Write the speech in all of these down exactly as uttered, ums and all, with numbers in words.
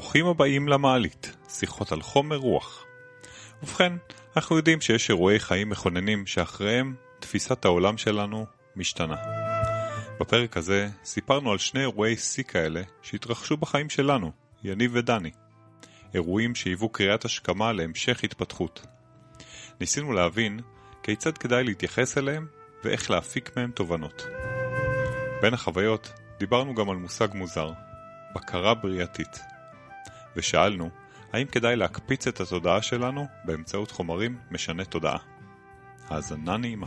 ברוכים הבאים למעלית, שיחות על חומר רוח. ובכן, אנחנו יודעים שיש אירועי חיים מכוננים שאחריהם תפיסת העולם שלנו משתנה. בפרק הזה סיפרנו על שני אירועי שיא כאלה שהתרחשו בחיים שלנו, יניב ודני. אירועים שהיוו קריאת השכמה להמשך התפתחות. ניסינו להבין כיצד כדאי להתייחס אליהם ואיך להפיק מהם תובנות. בין החוויות דיברנו גם על מושג מוזר, בקרה בריאתית. ושאלנו, האם כדאי להקפיץ את התודעה שלנו באמצעות חומרים משנה תודעה? האזנה נעימה.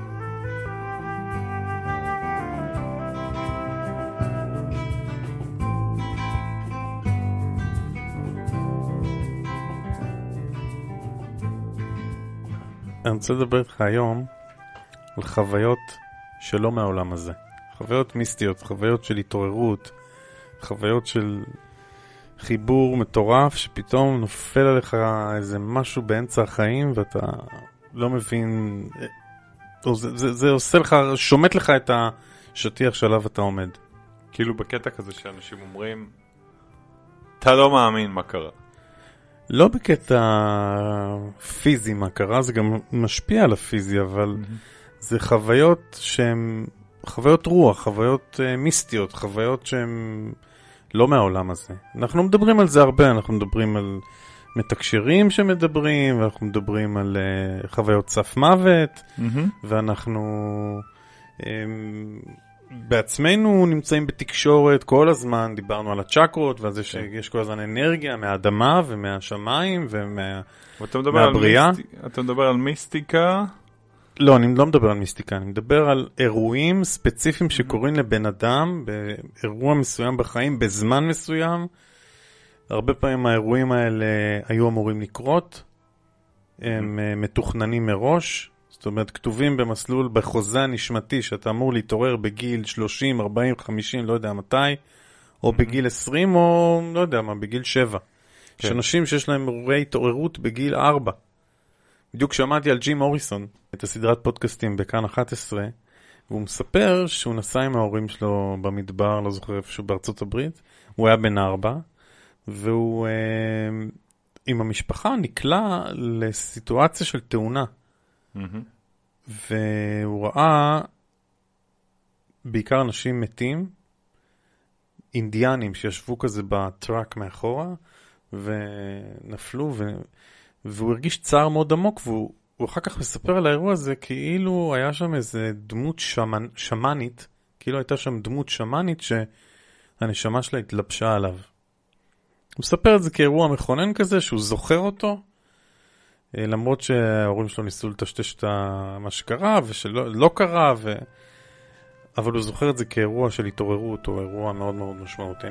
אני רוצה לדבר איתך היום על חוויות שלא מהעולם הזה. חוויות מיסטיות, חוויות של התעוררות, חוויות של חיבור מטורף שפתאום נופל עליך איזה משהו באמצע החיים ואתה לא מבין, זה, זה, זה עושה לך, שומט לך את השטיח שעליו אתה עומד. כאילו בקטע כזה שאנשים אומרים, אתה לא מאמין מה קרה. לא בקטע פיזי מה קרה, זה גם משפיע על הפיזי, אבל mm-hmm. זה חוויות שהן חוויות רוח, חוויות uh, מיסטיות, חוויות שהן לא מהעולם הזה. אנחנו מדברים על זה הרבה, אנחנו מדברים על מתקשרים שמדברים, ואנחנו מדברים על uh, חוויות סף מוות, mm-hmm. ואנחנו um, בעצמנו נמצאים בתקשורת כל הזמן, דיברנו על הצ'קרות, ועל זה שיש כל הזמן אנרגיה מהאדמה ומהשמיים ומהבריאה. אתה מדבר על מיסטיקה? לא, אני לא מדבר על מיסטיקה, אני מדבר על אירועים ספציפיים שקורים לבן אדם, באירוע מסוים בחיים, בזמן מסוים. הרבה פעמים האירועים האלה היו אמורים לקרות, הם מתוכננים מראש, זאת אומרת, כתובים במסלול בחוזה הנשמתי, שאתה אמור להתעורר בגיל שלושים, ארבעים, חמישים, לא יודע מתי, או בגיל עשרים, או לא יודע מה, בגיל שבע. יש אנשים שיש להם אירועי התעוררות בגיל ארבע. בדיוק שמעתי על ג'ים מוריסון, את הסדרת פודקאסטים בכאן אחת עשרה, והוא מספר שהוא נסע עם ההורים שלו במדבר, לא זוכר איפשהו בארצות הברית, הוא היה בן ארבע, והוא אה, עם המשפחה נקלע לסיטואציה של תאונה. והוא ראה בעיקר אנשים מתים, אינדיאנים שישבו כזה בטראק מאחורה, ונפלו, ו... והוא הרגיש צער מאוד עמוק, והוא אחר כך מספר על האירוע הזה, כאילו היה שם איזה דמות שמנ... שמנית, כאילו הייתה שם דמות שמנית שהנשמה שלה התלבשה עליו. הוא מספר את זה כאירוע מכונן כזה, שהוא זוכר אותו, למרות שההורים שלו ניסו לטשטש את מה שקרה, ושלא לא קרה, ו... אבל הוא זוכר את זה כאירוע של התעוררות, או אירוע מאוד מאוד משמעותי.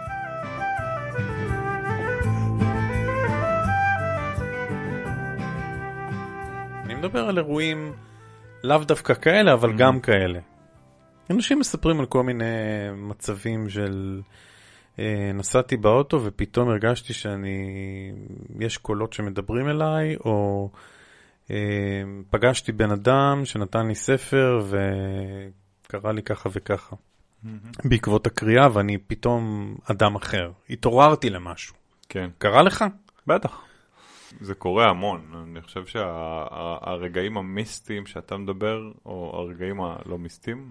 מדבר על אירועים לאו דווקא כאלה, אבל mm-hmm. גם כאלה. אנשים מספרים על כל מיני מצבים של אה, נסעתי באוטו ופתאום הרגשתי שאני, יש קולות שמדברים אליי, או אה, פגשתי בן אדם שנתן לי ספר וקרא לי ככה וככה. Mm-hmm. בעקבות הקריאה, ואני פתאום אדם אחר. התעוררתי למשהו. כן. קרה לך? בטח. זה קורה המון. אני חושב שהרגעים המיסטיים שאתה מדבר, או הרגעים הלא מיסטיים,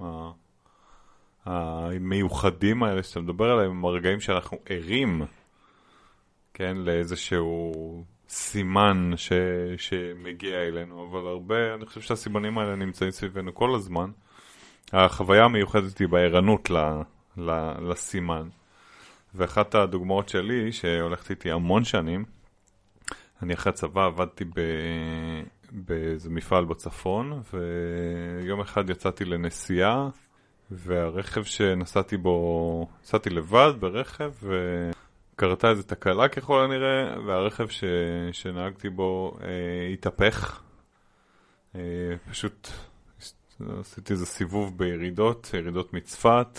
המיוחדים האלה שאתה מדבר עליהם, הם הרגעים שאנחנו ערים, כן, לאיזשהו סימן ש, שמגיע אלינו, אבל הרבה, אני חושב שהסימנים האלה נמצאים סביבנו כל הזמן. החוויה המיוחדת היא בערנות ל, ל, לסימן. ואחת הדוגמאות שלי, שהולכת איתי המון שנים, אני אחרי הצבא עבדתי ב... באיזה מפעל בצפון, ויום אחד יצאתי לנסיעה, והרכב שנסעתי בו, נסעתי לבד ברכב, וקרתה איזו תקלה ככל הנראה, והרכב ש... שנהגתי בו אה, התהפך. אה, פשוט עשיתי איזה סיבוב בירידות, ירידות מצפת,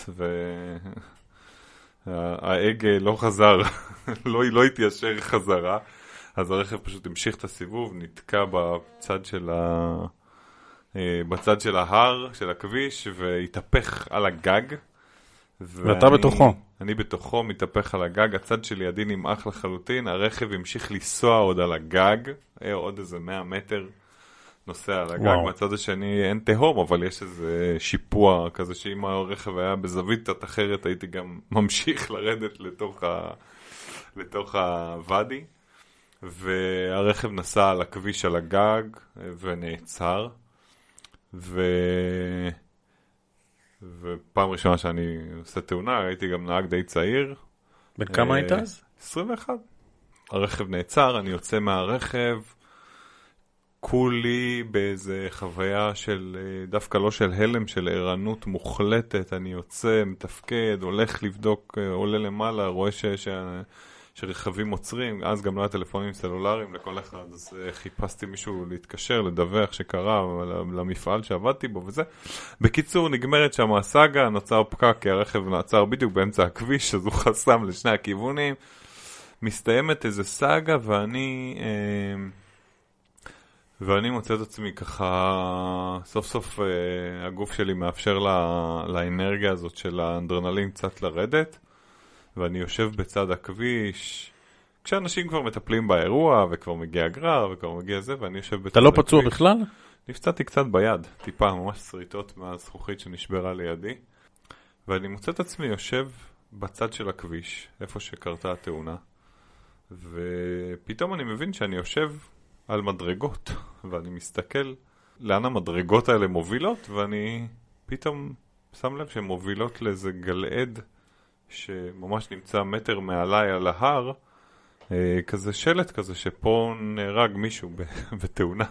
וההגה לא חזר, לא, לא התיישר חזרה. אז הרכב פשוט המשיך את הסיבוב, נתקע בצד של ה... בצד של ההר, של הכביש, והתהפך על הגג, ואתה בתוכו. אני בתוכו, מתהפך על הגג, הצד שלי לידי נמעך לחלוטין, הרכב המשיך לנסוע עוד על הגג, היה עוד איזה מאה מטר נוסע על הגג, וואו. מהצד השני אין תהום, אבל יש איזה שיפוע כזה שאם הרכב היה בזווית קצת אחרת, הייתי גם ממשיך לרדת לתוך, ה... לתוך הוואדי, והרכב נסע על הכביש על הגג ונעצר, ו... ופעם ראשונה שאני עושה תאונה, הייתי גם נהג די צעיר. בן כמה היית אז? עשרים ואחת. הרכב נעצר, אני יוצא מהרכב, כולי באיזה חוויה של, דווקא לא של הלם, של ערנות מוחלטת, אני יוצא, מתפקד, הולך לבדוק, עולה למעלה, רואה ש... ש... שרכבים עוצרים, אז גם לא היה טלפונים סלולריים לכל אחד, אז חיפשתי מישהו להתקשר, לדווח שקרה למפעל שעבדתי בו וזה. בקיצור, נגמרת שם הסאגה, נוצר פקק, כי הרכב נעצר בדיוק באמצע הכביש, אז הוא חסם לשני הכיוונים. מסתיימת איזה סאגה, ואני, ואני מוצא את עצמי ככה, סוף סוף הגוף שלי מאפשר לה, לאנרגיה הזאת של האנדרנלין קצת לרדת, ואני יושב בצד הכביש, כשאנשים כבר מטפלים באירוע, וכבר מגיע גרר, וכבר מגיע זה, ואני יושב בצד הכביש. אתה לא פצוע בכלל? נפצעתי קצת ביד, טיפה, ממש שריטות מהזכוכית שנשברה לידי, ואני מוצא את עצמי יושב בצד של הכביש, איפה שקרתה התאונה, ופתאום אני מבין שאני יושב על מדרגות, ואני מסתכל לאן המדרגות האלה מובילות, ואני פתאום שם לב שהן מובילות לאיזה גלעד, שממש נמצא מטר מעליי על ההר, אה, כזה שלט כזה שפה נהרג מישהו בתאונה.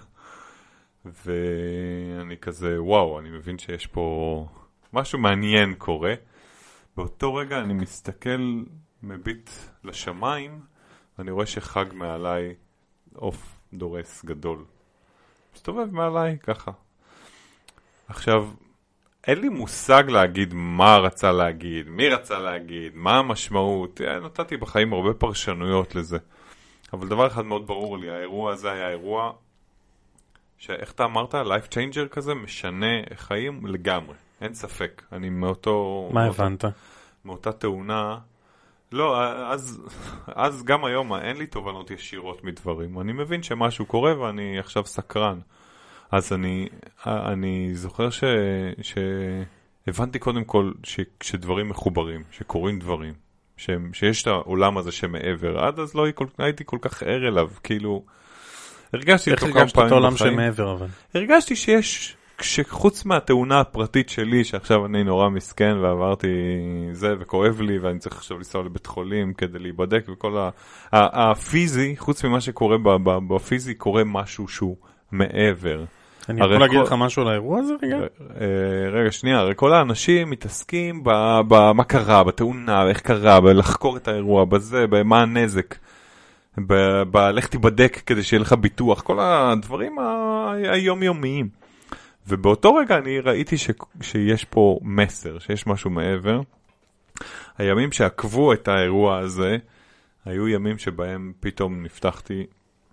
ואני כזה, וואו, אני מבין שיש פה משהו מעניין קורה. באותו רגע אני מסתכל, מביט לשמיים, ואני רואה שחג מעליי עוף דורס גדול. מסתובב מעליי ככה. עכשיו, אין לי מושג להגיד מה רצה להגיד, מי רצה להגיד, מה המשמעות. נתתי בחיים הרבה פרשנויות לזה. אבל דבר אחד מאוד ברור לי, האירוע הזה היה אירוע שאיך אתה אמרת, life changer כזה, משנה חיים לגמרי. אין ספק. אני מאותו... מה מאותה, הבנת? מאותה תאונה... לא, אז, אז גם היום אין לי תובנות ישירות מדברים. אני מבין שמשהו קורה ואני עכשיו סקרן. אז אני, אני זוכר ש, שהבנתי קודם כל שדברים מחוברים, שקורים דברים, ש, שיש את העולם הזה שמעבר. עד אז לא הייתי כל כך ער אליו, כאילו, הרגשתי איך הרגשת את העולם שמעבר אבל? הרגשתי שיש, שחוץ מהתאונה הפרטית שלי, שעכשיו אני נורא מסכן ועברתי זה וכואב לי, ואני צריך עכשיו לנסוע לבית חולים כדי להיבדק, וכל ה, הפיזי, חוץ ממה שקורה בפיזי, קורה משהו שהוא מעבר. אני יכול להגיד לך משהו על האירוע הזה רגע? רגע, שנייה, הרי כל האנשים מתעסקים במה קרה, בתאונה, איך קרה, בלחקור את האירוע, בזה, במה הנזק, בלך תיבדק כדי שיהיה לך ביטוח, כל הדברים היומיומיים. ובאותו רגע אני ראיתי שיש פה מסר, שיש משהו מעבר. הימים שעקבו את האירוע הזה, היו ימים שבהם פתאום נפתחתי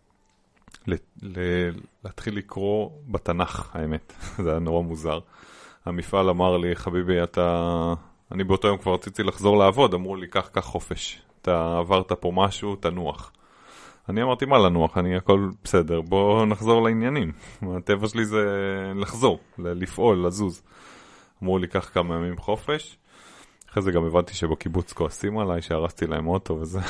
להתחיל לקרוא בתנ"ך, האמת. זה היה נורא מוזר. המפעל אמר לי, חביבי, אתה... אני באותו יום כבר רציתי לחזור לעבוד, אמרו לי, כך, כך חופש. אתה עברת פה משהו, תנוח. אני אמרתי, מה לנוח? אני הכל בסדר, בוא נחזור לעניינים. הטבע שלי זה לחזור, לפעול, לזוז. אמרו לי, כך כמה ימים חופש. אחרי זה גם הבנתי שבקיבוץ כועסים עליי, שהרסתי להם אוטו וזה.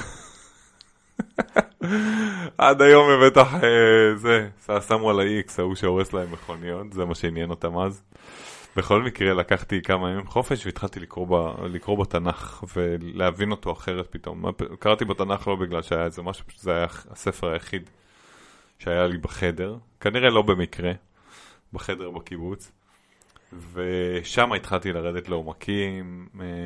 עד היום הם בטח זה, שמו על ה-X, ההוא שהורס להם מכוניות, זה מה שעניין אותם אז. בכל מקרה לקחתי כמה ימים חופש והתחלתי לקרוא, ב, לקרוא בתנ"ך ולהבין אותו אחרת פתאום. קראתי בתנ"ך לא בגלל שהיה איזה משהו, זה היה הספר היחיד שהיה לי בחדר, כנראה לא במקרה, בחדר בקיבוץ. ושם התחלתי לרדת לעומקים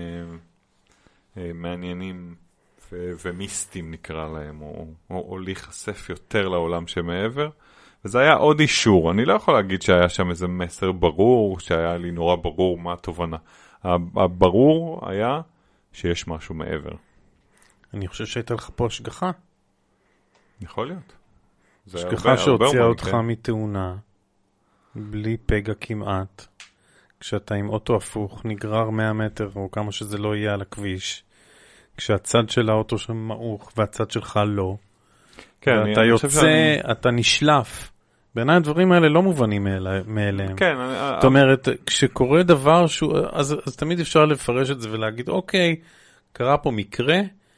מעניינים ומיסטים נקרא להם, או, או, או להיחשף יותר לעולם שמעבר. וזה היה עוד אישור. אני לא יכול להגיד שהיה שם איזה מסר ברור, שהיה לי נורא ברור מה התובנה. הברור היה שיש משהו מעבר. אני חושב שהייתה לך פה השגחה. יכול להיות. השגחה שהוציאה אותך מתאונה, בלי פגע כמעט, כשאתה עם אוטו הפוך, נגרר מאה מטר או כמה שזה לא יהיה על הכביש, כשהצד של האוטו שם מעוך והצד שלך לא, כן, ואתה אני, יוצא, אני שאני... אתה נשלף. בעיניי הדברים האלה לא מובנים מאליהם. כן. זאת אומרת, כשקורה דבר שהוא, אז, אז תמיד אפשר לפרש את זה ולהגיד, אוקיי, קרה פה מקרה,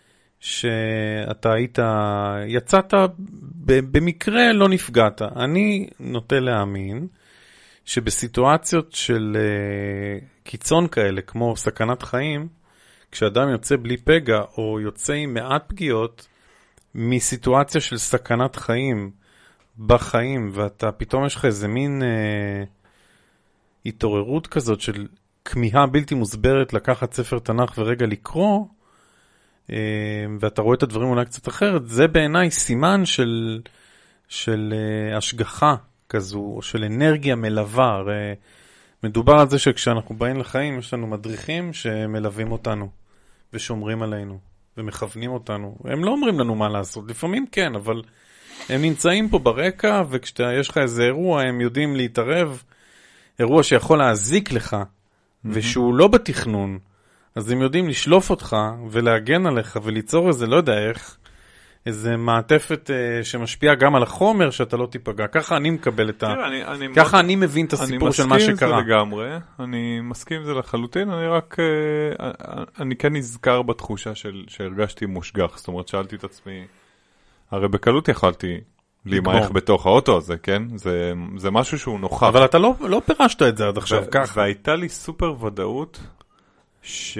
שאתה היית, יצאת, במקרה לא נפגעת. אני נוטה להאמין, שבסיטואציות של uh, קיצון כאלה, כמו סכנת חיים, כשאדם יוצא בלי פגע, או יוצא עם מעט פגיעות, מסיטואציה של סכנת חיים, בחיים, ואתה פתאום יש לך איזה מין אה, התעוררות כזאת של כמיהה בלתי מוסברת לקחת ספר תנ"ך ורגע לקרוא, אה, ואתה רואה את הדברים אולי קצת אחרת, זה בעיניי סימן של, של אה, השגחה כזו, או של אנרגיה מלווה. הרי מדובר על זה שכשאנחנו באים לחיים, יש לנו מדריכים שמלווים אותנו, ושומרים עלינו, ומכוונים אותנו. הם לא אומרים לנו מה לעשות, לפעמים כן, אבל... הם נמצאים פה ברקע, וכשיש לך איזה אירוע, הם יודעים להתערב, אירוע שיכול להזיק לך, mm-hmm. ושהוא לא בתכנון, אז הם יודעים לשלוף אותך, ולהגן עליך, וליצור איזה, לא יודע איך, איזה מעטפת uh, שמשפיעה גם על החומר, שאתה לא תיפגע. ככה אני מקבל את ה... אני, אני ככה מאוד... אני מבין את הסיפור של מה שקרה. אני מסכים עם זה לגמרי, אני מסכים עם זה לחלוטין, אני רק, uh, אני כן נזכר בתחושה של, שהרגשתי מושגח, זאת אומרת, שאלתי את עצמי, הרי בקלות יכלתי להימייך בתוך האוטו הזה, כן? זה, זה משהו שהוא נוכח. אבל אתה לא, לא פירשת את זה עד עכשיו ככה. והייתה לי סופר ודאות ש...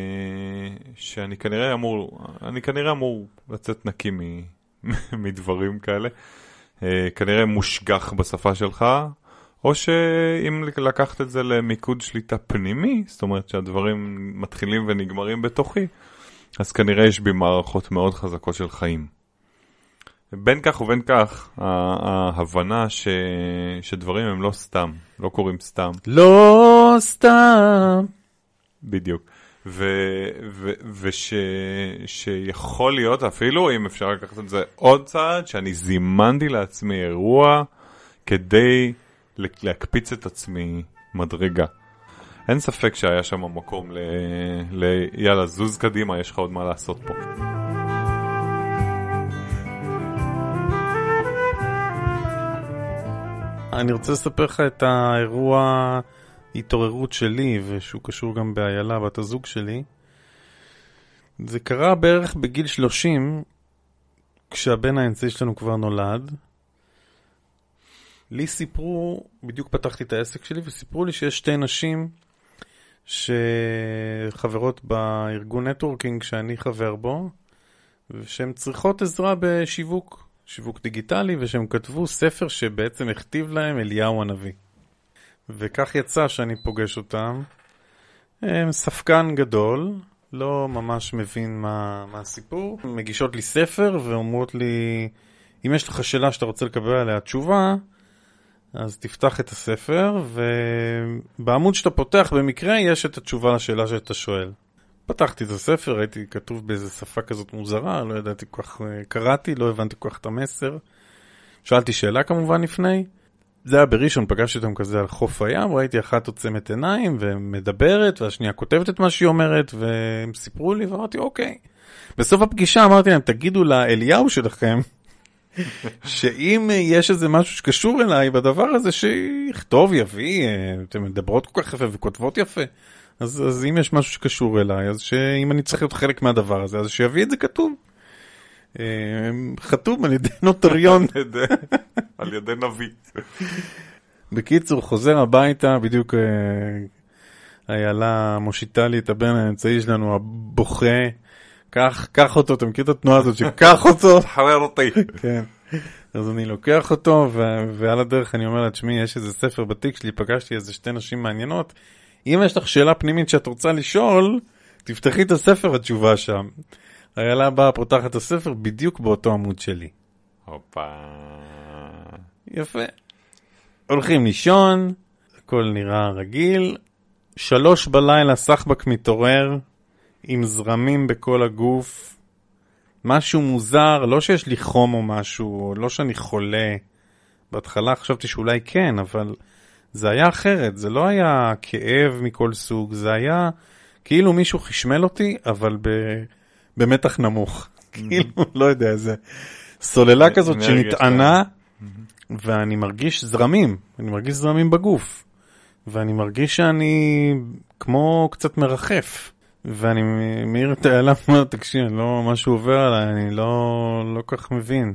שאני כנראה אמור, אני כנראה אמור לצאת נקי מ... מדברים כאלה. כנראה מושגח בשפה שלך, או שאם לקחת את זה למיקוד שליטה פנימי, זאת אומרת שהדברים מתחילים ונגמרים בתוכי, אז כנראה יש בי מערכות מאוד חזקות של חיים. בין כך ובין כך, ההבנה ש... שדברים הם לא סתם, לא קוראים סתם. לא סתם. בדיוק. ו... ו... וש... שיכול להיות אפילו, אם אפשר לקחת את זה עוד צעד, שאני זימנתי לעצמי אירוע כדי להקפיץ את עצמי מדרגה. אין ספק שהיה שם מקום ל... ל... יאללה, זוז קדימה, יש לך עוד מה לעשות פה. אני רוצה לספר לך את האירוע התעוררות שלי, ושהוא קשור גם באיילה, בת הזוג שלי. זה קרה בערך בגיל שלושים, כשהבן האמצעי שלנו כבר נולד. לי סיפרו, בדיוק פתחתי את העסק שלי, וסיפרו לי שיש שתי נשים שחברות בארגון נטוורקינג שאני חבר בו, ושהן צריכות עזרה בשיווק. שיווק דיגיטלי, ושהם כתבו ספר שבעצם הכתיב להם אליהו הנביא. וכך יצא שאני פוגש אותם. הם ספקן גדול, לא ממש מבין מה, מה הסיפור. הם מגישות לי ספר ואומרות לי, אם יש לך שאלה שאתה רוצה לקבל עליה תשובה, אז תפתח את הספר, ובעמוד שאתה פותח במקרה יש את התשובה לשאלה שאתה שואל. פתחתי את הספר, ראיתי כתוב באיזה שפה כזאת מוזרה, לא ידעתי כל כך, קראתי, לא הבנתי כל כך את המסר. שאלתי שאלה כמובן לפני. זה היה בראשון, פגשתי אותם כזה על חוף הים, ראיתי אחת עוצמת עיניים ומדברת, והשנייה כותבת את מה שהיא אומרת, והם סיפרו לי ואמרתי, אוקיי. בסוף הפגישה אמרתי להם, תגידו לאליהו שלכם, שאם יש איזה משהו שקשור אליי בדבר הזה, שיכתוב, יביא, אתם מדברות כל כך יפה וכותבות יפה. אז, אז אם יש משהו שקשור אליי, אז שאם אני צריך להיות חלק מהדבר הזה, אז שיביא את זה כתוב. חתום על ידי נוטריון. על ידי נביא. בקיצור, חוזר הביתה, בדיוק איילה מושיטה לי את הבן האמצעי שלנו, הבוכה. קח, קח אותו, אתה מכיר את התנועה הזאת, שקח אותו. תחרר אותי. כן. אז אני לוקח אותו, ועל הדרך אני אומר לה, תשמעי, יש איזה ספר בתיק שלי, פגשתי איזה שתי נשים מעניינות, אם יש לך שאלה פנימית שאת רוצה לשאול, תפתחי את הספר, התשובה שם. איילה באה, פותחת את הספר, בדיוק באותו עמוד שלי. הופה. יפה. הולכים לישון, הכל נראה רגיל, שלוש בלילה סחבק מתעורר, עם זרמים בכל הגוף, משהו מוזר, לא שיש לי חום או משהו, לא שאני חולה. בהתחלה חשבתי שאולי כן, אבל זה היה אחרת, זה לא היה כאב מכל סוג, זה היה כאילו מישהו חשמל אותי, אבל ב... במתח נמוך. כאילו, לא יודע, זה סוללה כזאת שנטענה, ואני מרגיש זרמים, אני מרגיש זרמים בגוף, ואני מרגיש שאני כמו קצת מרחף, ואני מעיר את העלה, תקשיב, לא, משהו עובר עליי, אני לא, לא כך מבין.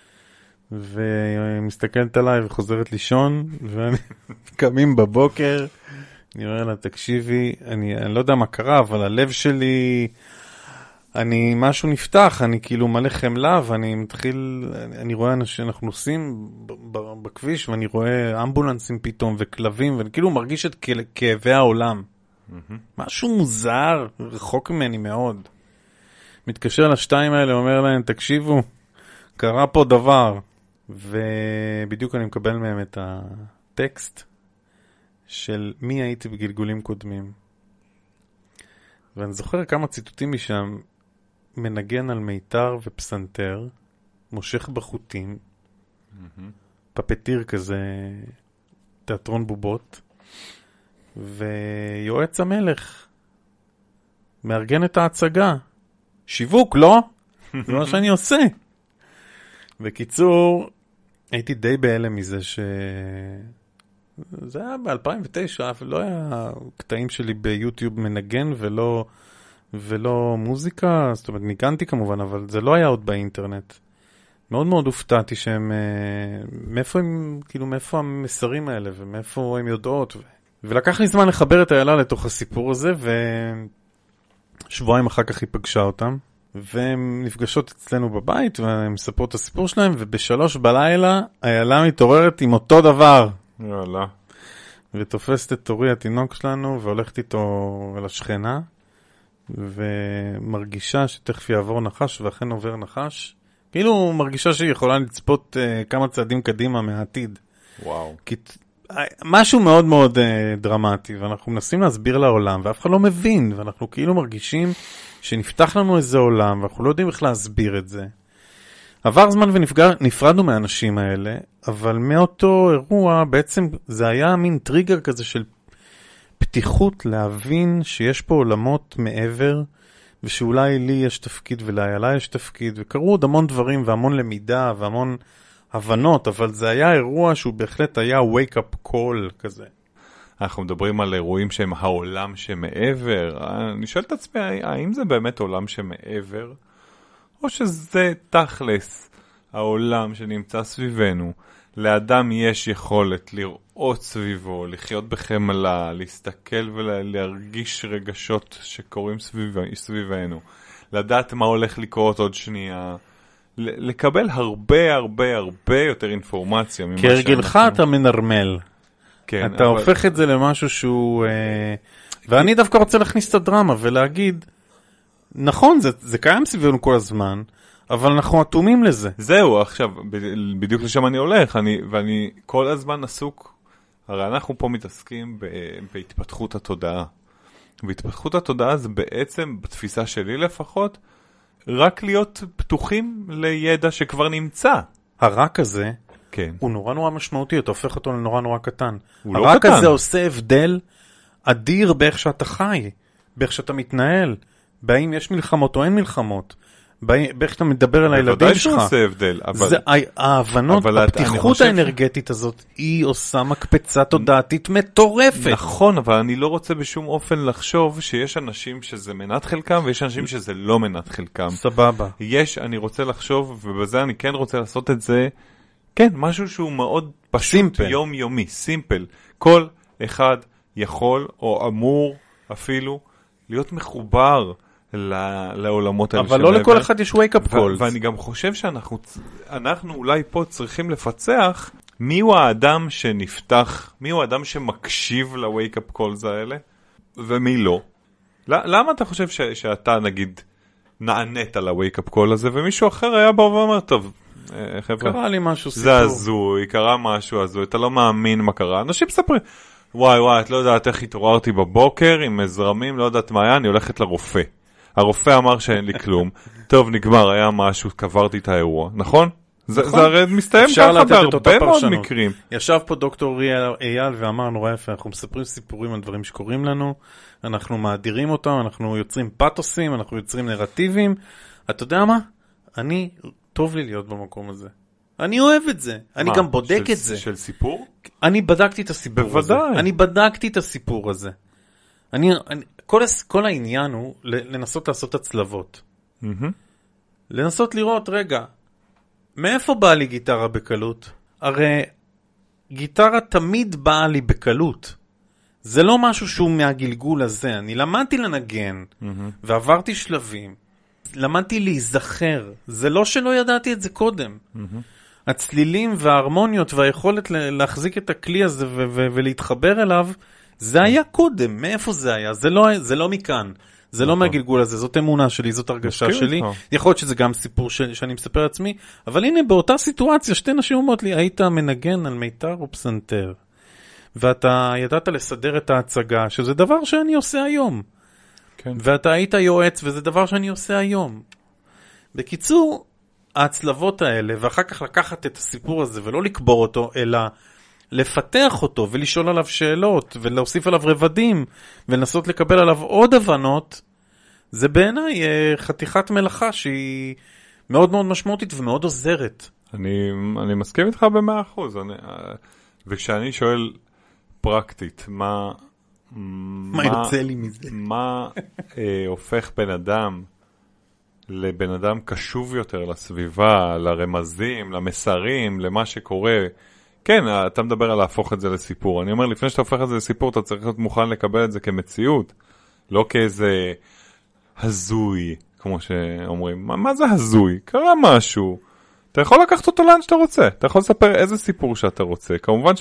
ומסתכלת עליי וחוזרת לישון, ואני קמים בבוקר, אני אומר לה, תקשיבי, אני, אני לא יודע מה קרה, אבל הלב שלי, אני, משהו נפתח, אני כאילו מלא חמלה, ואני מתחיל, אני, אני רואה אנשים, אנחנו נוסעים בכביש, ואני רואה אמבולנסים פתאום, וכלבים, ואני כאילו מרגיש את כאבי העולם. Mm-hmm. משהו מוזר, רחוק ממני מאוד. מתקשר לשתיים האלה, אומר להם, תקשיבו, קרה פה דבר. ובדיוק אני מקבל מהם את הטקסט של מי הייתי בגלגולים קודמים. ואני זוכר כמה ציטוטים משם, מנגן על מיתר ופסנתר, מושך בחוטים, mm-hmm. פפטיר כזה, תיאטרון בובות, ויועץ המלך, מארגן את ההצגה. שיווק, לא? זה מה שאני עושה. בקיצור, הייתי די בהלם מזה ש... זה היה ב-אלפיים ותשע, לא היה קטעים שלי ביוטיוב מנגן ולא, ולא מוזיקה, זאת אומרת, ניגנתי כמובן, אבל זה לא היה עוד באינטרנט. מאוד מאוד הופתעתי שהם, מאיפה הם, כאילו, מאיפה המסרים האלה, ומאיפה הם יודעות. ו... ולקח לי זמן לחבר את הילדה לתוך הסיפור הזה, ושבועיים אחר כך היא פגשה אותם. והן נפגשות אצלנו בבית, והן מספרות את הסיפור שלהם, ובשלוש בלילה, הילדה מתעוררת עם אותו דבר. יאללה. ותופסת את תורי התינוק שלנו, והולכת איתו לשכנה, ומרגישה שתכף יעבור נחש, ואכן עובר נחש. כאילו מרגישה שהיא יכולה לצפות uh, כמה צעדים קדימה מהעתיד. וואו. כי משהו מאוד מאוד uh, דרמטי, ואנחנו מנסים להסביר לעולם, ואף אחד לא מבין, ואנחנו כאילו מרגישים שנפתח לנו איזה עולם, ואנחנו לא יודעים איך להסביר את זה. עבר זמן ונפרדנו מהאנשים האלה, אבל מאותו אירוע בעצם זה היה מין טריגר כזה של פתיחות להבין שיש פה עולמות מעבר, ושאולי לי יש תפקיד ולאיילה יש תפקיד, וקרו עוד המון דברים והמון למידה והמון הבנות, אבל זה היה אירוע שהוא בהחלט היה wake up call כזה. אנחנו מדברים על אירועים שהם העולם שמעבר. אני שואל את עצמי, האם זה באמת עולם שמעבר? או שזה תכלס העולם שנמצא סביבנו? לאדם יש יכולת לראות סביבו, לחיות בחמלה, להסתכל ולהרגיש רגשות שקורים סביב, סביבנו, לדעת מה הולך לקרות עוד שנייה, לקבל הרבה הרבה הרבה יותר אינפורמציה. כהרגלך אתה מנרמל. כן, אתה אבל... הופך את זה למשהו שהוא... אה... ואני דווקא רוצה להכניס את הדרמה ולהגיד, נכון, זה, זה קיים סביבנו כל הזמן, אבל אנחנו אטומים לזה. זהו, עכשיו, בדיוק לשם אני הולך, אני, ואני כל הזמן עסוק, הרי אנחנו פה מתעסקים ב, בהתפתחות התודעה. והתפתחות התודעה זה בעצם, בתפיסה שלי לפחות, רק להיות פתוחים לידע שכבר נמצא. הרק הזה, כן. הוא נורא נורא משמעותי, אתה הופך אותו לנורא נורא קטן. הוא לא הרק קטן. הזה עושה הבדל אדיר באיך שאתה חי, באיך שאתה מתנהל, באם יש מלחמות או אין מלחמות, באיך שאתה מדבר על הילדים שלך. בוודאי שעושה הבדל, אבל... זה, ההבנות, הפתיחות האנרגטית הזאת, היא עושה מקפצה תודעתית מטורפת. נכון, אבל אני לא רוצה בשום אופן לחשוב שיש אנשים שזה מנת חלקם, ויש אנשים שזה לא מנת חלקם. סבבה. יש, אני רוצה לחשוב, ובזה אני כן רוצה לעשות את זה, כן, משהו שהוא מאוד פשוט יומיומי, סימפל. כל אחד יכול, או אמור אפילו, להיות מחובר לעולמות האלה. אבל לא לכל אחד יש wake-up calls. ואני גם חושב שאנחנו אנחנו אולי פה צריכים לפצח מיהו האדם שנפתח, מיהו האדם שמקשיב ל-wake-up calls האלה, ומי לא. למה אתה חושב שאתה נגיד נענית ל-wake-up call הזה, ומישהו אחר היה בא ואומר, טוב, חבר'ה, קרה לי משהו סיפור. זה הזוי, קרה משהו הזוי, אתה לא מאמין מה קרה. אנשים מספרים, וואי וואי, את לא יודעת איך התעוררתי בבוקר עם מזרמים, לא יודעת מה היה, אני הולכת לרופא. הרופא אמר שאין לי כלום. טוב, נגמר, היה משהו, קברתי את האירוע. נכון? זה, זה הרי מסתיים ככה בהרבה מאוד מקרים. ישב פה דוקטור אייל ואמר נורא יפה, אנחנו מספרים סיפורים על דברים שקורים לנו, אנחנו מאדירים אותם, אנחנו יוצרים פאטוסים, אנחנו יוצרים נרטיבים. אתה יודע מה? אני, טוב לי להיות במקום הזה. אני אוהב את זה. אני גם בודק את זה. של סיפור? אני בדקתי את הסיפור הזה. בוודאי. אני בדקתי את הסיפור הזה. אני, אני, כל, כל העניין הוא לנסות לעשות הצלבות. לנסות לראות, רגע, מאיפה באה לי גיטרה בקלות? הרי גיטרה תמיד באה לי בקלות. זה לא משהו שהוא מהגלגול הזה. אני למדתי לנגן, ועברתי שלבים. למדתי להיזכר. זה לא שלא ידעתי את זה קודם. הצלילים וההרמוניות והיכולת להחזיק את הכלי הזה ו- ו- ולהתחבר אליו, זה היה קודם. מאיפה זה היה? זה לא, זה לא מכאן. זה לא מהגלגול הזה. זאת אמונה שלי, זאת הרגשה שלי. יכול להיות שזה גם סיפור ש- שאני מספר לעצמי, אבל הנה באותה סיטואציה, שתי נשים אומרות לי, היית מנגן על מיתר או פסנתר, ואתה ידעת לסדר את ההצגה, שזה דבר שאני עושה היום. כן. ואתה היית יועץ, וזה דבר שאני עושה היום. בקיצור, ההצלבות האלה, ואחר כך לקחת את הסיפור הזה ולא לקבור אותו, אלא לפתח אותו ולשאול עליו שאלות ולהוסיף עליו רבדים ולנסות לקבל עליו עוד הבנות, זה בעיניי חתיכת מלאכה שהיא מאוד מאוד משמעותית ומאוד עוזרת. אני, אני מסכים איתך במאה אחוז. אני, וכשאני שואל פרקטית, מה, מה יוצא לי מזה? מה אה, הופך בן אדם לבן אדם קשוב יותר לסביבה, לרמזים, למסרים, למה שקורה. כן, אתה מדבר על להפוך את זה לסיפור. אני אומר, לפני שאתה הופך את זה לסיפור, אתה צריך להיות מוכן לקבל את זה כמציאות, לא כאיזה הזוי, כמו שאומרים. מה, מה זה הזוי? קרה משהו. אתה יכול לקחת אותו לאן שאתה רוצה. אתה יכול לספר איזה סיפור שאתה רוצה. כמובן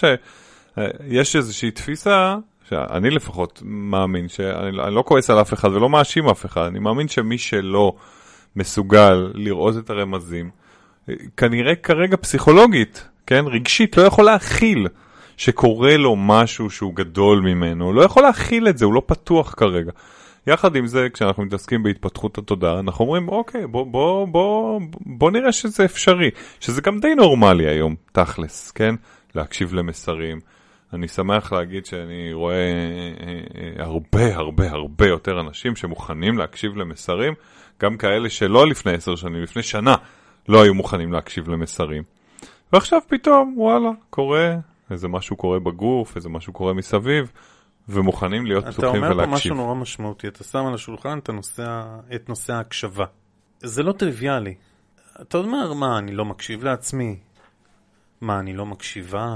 שיש איזושהי תפיסה, שאני לפחות מאמין, שאני לא כועס על אף אחד ולא מאשים אף אחד. אני מאמין שמי שלא מסוגל לראות את הרמזים, כנראה כרגע פסיכולוגית, כן, רגשית, לא יכול להכיל שקורה לו משהו שהוא גדול ממנו, הוא לא יכול להכיל את זה, הוא לא פתוח כרגע. יחד עם זה, כשאנחנו מתעסקים בהתפתחות התודעה, אנחנו אומרים, אוקיי, בוא, בוא, בוא, בוא נראה שזה אפשרי, שזה גם די נורמלי היום, תכלס, כן, להקשיב למסרים. אני שמח להגיד שאני רואה הרבה, הרבה, הרבה יותר אנשים שמוכנים להקשיב למסרים, גם כאלה שלא לפני עשר שנים, לפני שנה, לא היו מוכנים להקשיב למסרים. ועכשיו פתאום, וואלה, קורה, איזה משהו קורה בגוף, איזה משהו קורה מסביב, ומוכנים להיות פתוחים ולהקשיב. אתה אומר פה משהו נורא משמעותי, אתה שם על השולחן את נושא, את נושא ההקשבה. זה לא טריוויאלי. אתה אומר, מה, אני לא מקשיב לעצמי? מה, אני לא מקשיבה?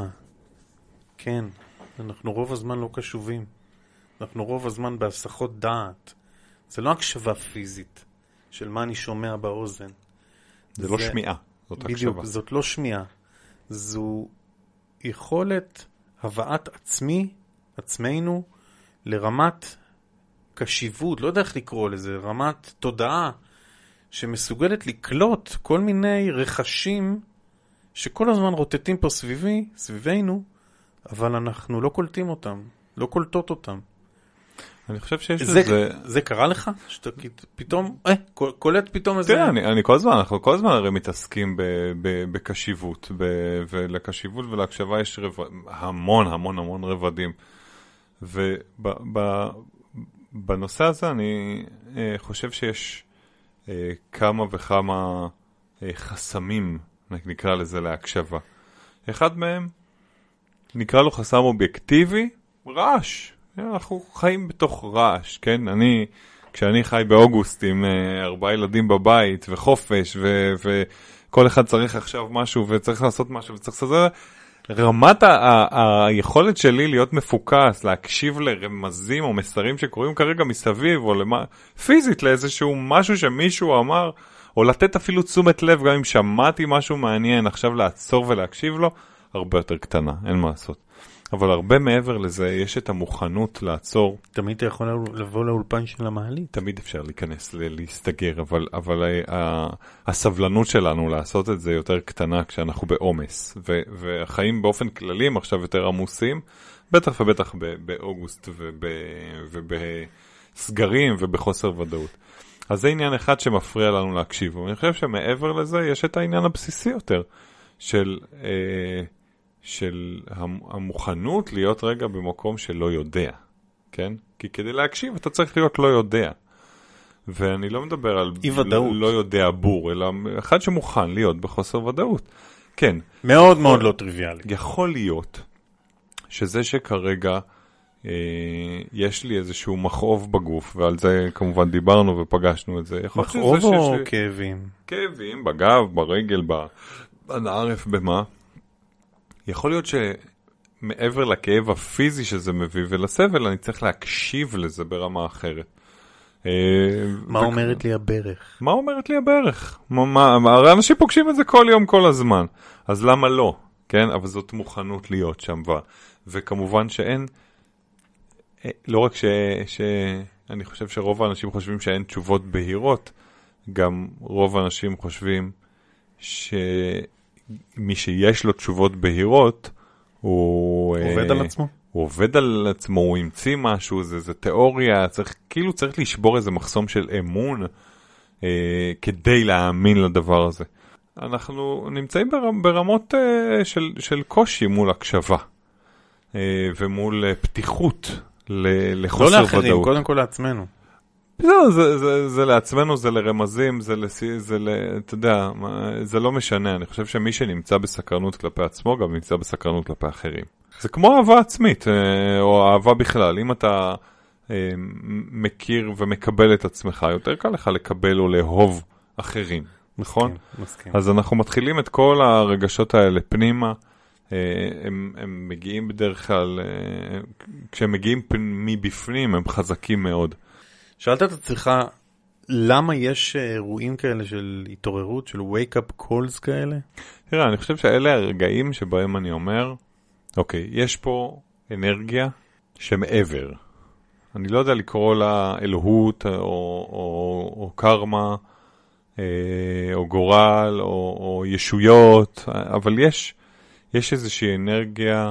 כן, אנחנו רוב הזמן לא קשובים. אנחנו רוב הזמן בהסחות דעת. זה לא הקשבה פיזית של מה אני שומע באוזן. זה, זה לא שמיעה, זאת בדיוק, הקשבה. בדיוק, זאת לא שמיעה. זו יכולת הבאת עצמי, עצמנו, לרמת קשיבות, לא יודע איך לקרוא לזה, רמת תודעה, שמסוגלת לקלוט כל מיני רכשים שכל הזמן רוטטים פה סביבי, סביבנו, אבל אנחנו לא קולטים אותם, לא קולטות אותם. אני חושב שיש זה, לזה... זה קרה לך? שאתה פתאום, אה, קולט פתאום איזה... תראה, אני, אני כל הזמן, אנחנו כל הזמן הרי מתעסקים ב, ב, בקשיבות, ב, ולקשיבות ולהקשבה יש רב... המון, המון, המון רבדים. ובנושא הזה אני אה, חושב שיש אה, כמה וכמה אה, חסמים, נקרא לזה להקשבה. אחד מהם, נקרא לו חסם אובייקטיבי, רעש. אנחנו חיים בתוך רעש, כן? אני, כשאני חי באוגוסט עם uh, ארבעה ילדים בבית וחופש ו- וכל אחד צריך עכשיו משהו וצריך לעשות משהו וצריך לעשות זה, רמת ה- ה- היכולת שלי להיות מפוקס, להקשיב לרמזים או מסרים שקורים כרגע מסביב או למה, פיזית לאיזשהו משהו שמישהו אמר, או לתת אפילו תשומת לב גם אם שמעתי משהו מעניין, עכשיו לעצור ולהקשיב לו, הרבה יותר קטנה, אין מה לעשות. אבל הרבה מעבר לזה, יש את המוכנות לעצור. תמיד אתה יכול לבוא לאולפן של המעלית. תמיד אפשר להיכנס, להסתגר, אבל, אבל ה- הסבלנות שלנו לעשות את זה יותר קטנה כשאנחנו בעומס. ו- והחיים באופן כללי הם עכשיו יותר עמוסים, בטח ובטח באוגוסט ובסגרים ובחוסר ודאות. אז זה עניין אחד שמפריע לנו להקשיב. ואני חושב שמעבר לזה יש את העניין הבסיסי יותר של, אה, של המוכנות להיות רגע במקום שלא יודע, כן? כי כדי להקשיב אתה צריך להיות לא יודע. ואני לא מדבר על ודאות. לא יודע בור, אלא אחד שמוכן להיות בחוסר ודאות. כן. מאוד יכול, מאוד לא טריוויאלי. יכול להיות שזה שכרגע אה, יש לי איזשהו מכאוב בגוף, ועל זה כמובן דיברנו ופגשנו את זה. מכאוב או ש... כאבים? כאבים, בגב, ברגל, בנערף, במה. יכול להיות שמעבר לכאב הפיזי שזה מביא ולסבל, אני צריך להקשיב לזה ברמה אחרת. מה אומרת לי הברך? מה אומרת לי הברך? הרי אנשים פוגשים את זה כל יום, כל הזמן. אז למה לא? כן? אבל זאת מוכנות להיות שם. וכמובן שאין, לא רק שאני חושב שרוב האנשים חושבים שאין תשובות בהירות, גם רוב האנשים חושבים שמי שיש לו תשובות בהירות, הוא עובד על עצמו. הוא עובד על עצמו, הוא המציא משהו, זה, זה תיאוריה, צריך, כאילו צריך לשבור איזה מחסום של אמון אה, כדי להאמין לדבר הזה. אנחנו נמצאים בר, ברמות אה, של, של קושי מול הקשבה אה, ומול אה, פתיחות ל, לחוסר ודאות. לא לאחרים, קודם כל לעצמנו. לא, זה, זה, זה לעצמנו, זה לרמזים, זה, לסי, זה ל... אתה יודע, זה לא משנה. אני חושב שמי שנמצא בסקרנות כלפי עצמו, גם נמצא בסקרנות כלפי אחרים. זה כמו אהבה עצמית, או אהבה בכלל. אם אתה מכיר ומקבל את עצמך, יותר קל לך לקבל או לאהוב אחרים, נכון? מסכים, מסכים. אז אנחנו מתחילים את כל הרגשות האלה פנימה, הם, הם מגיעים בדרך כלל, כשהם מגיעים מבפנים, הם חזקים מאוד. שאלת את עצמך, למה יש אירועים כאלה של התעוררות, של wake-up calls כאלה? תראה, אני חושב שאלה הרגעים שבהם אני אומר, אוקיי, יש פה אנרגיה שמעבר. אני לא יודע לקרוא לה אלוהות, או, או, או קרמה, או גורל, או, או ישויות, אבל יש, יש איזושהי אנרגיה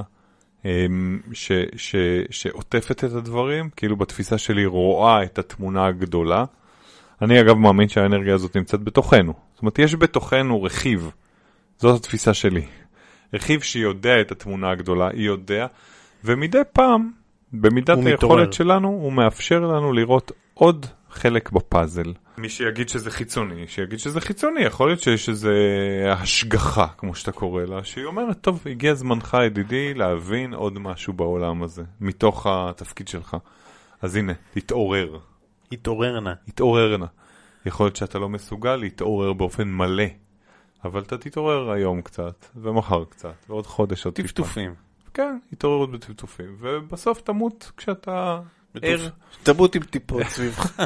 ש, ש, שעוטפת את הדברים, כאילו בתפיסה שלי רואה את התמונה הגדולה. אני אגב מאמין שהאנרגיה הזאת נמצאת בתוכנו. זאת אומרת, יש בתוכנו רכיב. זאת התפיסה שלי. רכיב שיודע את התמונה הגדולה, היא יודע, ומדי פעם, במידת היכולת שלנו, הוא מאפשר לנו לראות עוד חלק בפאזל. מי שיגיד שזה חיצוני, שיגיד שזה חיצוני, יכול להיות שיש איזו השגחה, כמו שאתה קורא לה, שהיא אומרת, טוב, הגיע זמנך ידידי להבין עוד משהו בעולם הזה, מתוך התפקיד שלך. אז הנה, תתעורר. התעוררנה. התעוררנה. יכול להיות שאתה לא מסוגל להתעורר באופן מלא, אבל אתה תתעורר היום קצת, ומחר קצת, ועוד חודש עוד טיפה. טפטופים. כן, התעוררות בטפטופים, ובסוף תמות כשאתה ער. תמות עם טיפות סביבך.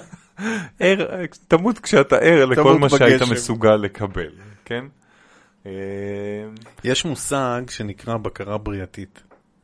תמות כשאתה ער לכל מה שהיית מסוגל לקבל, כן? יש מושג שנקרא בקרה בריאתית,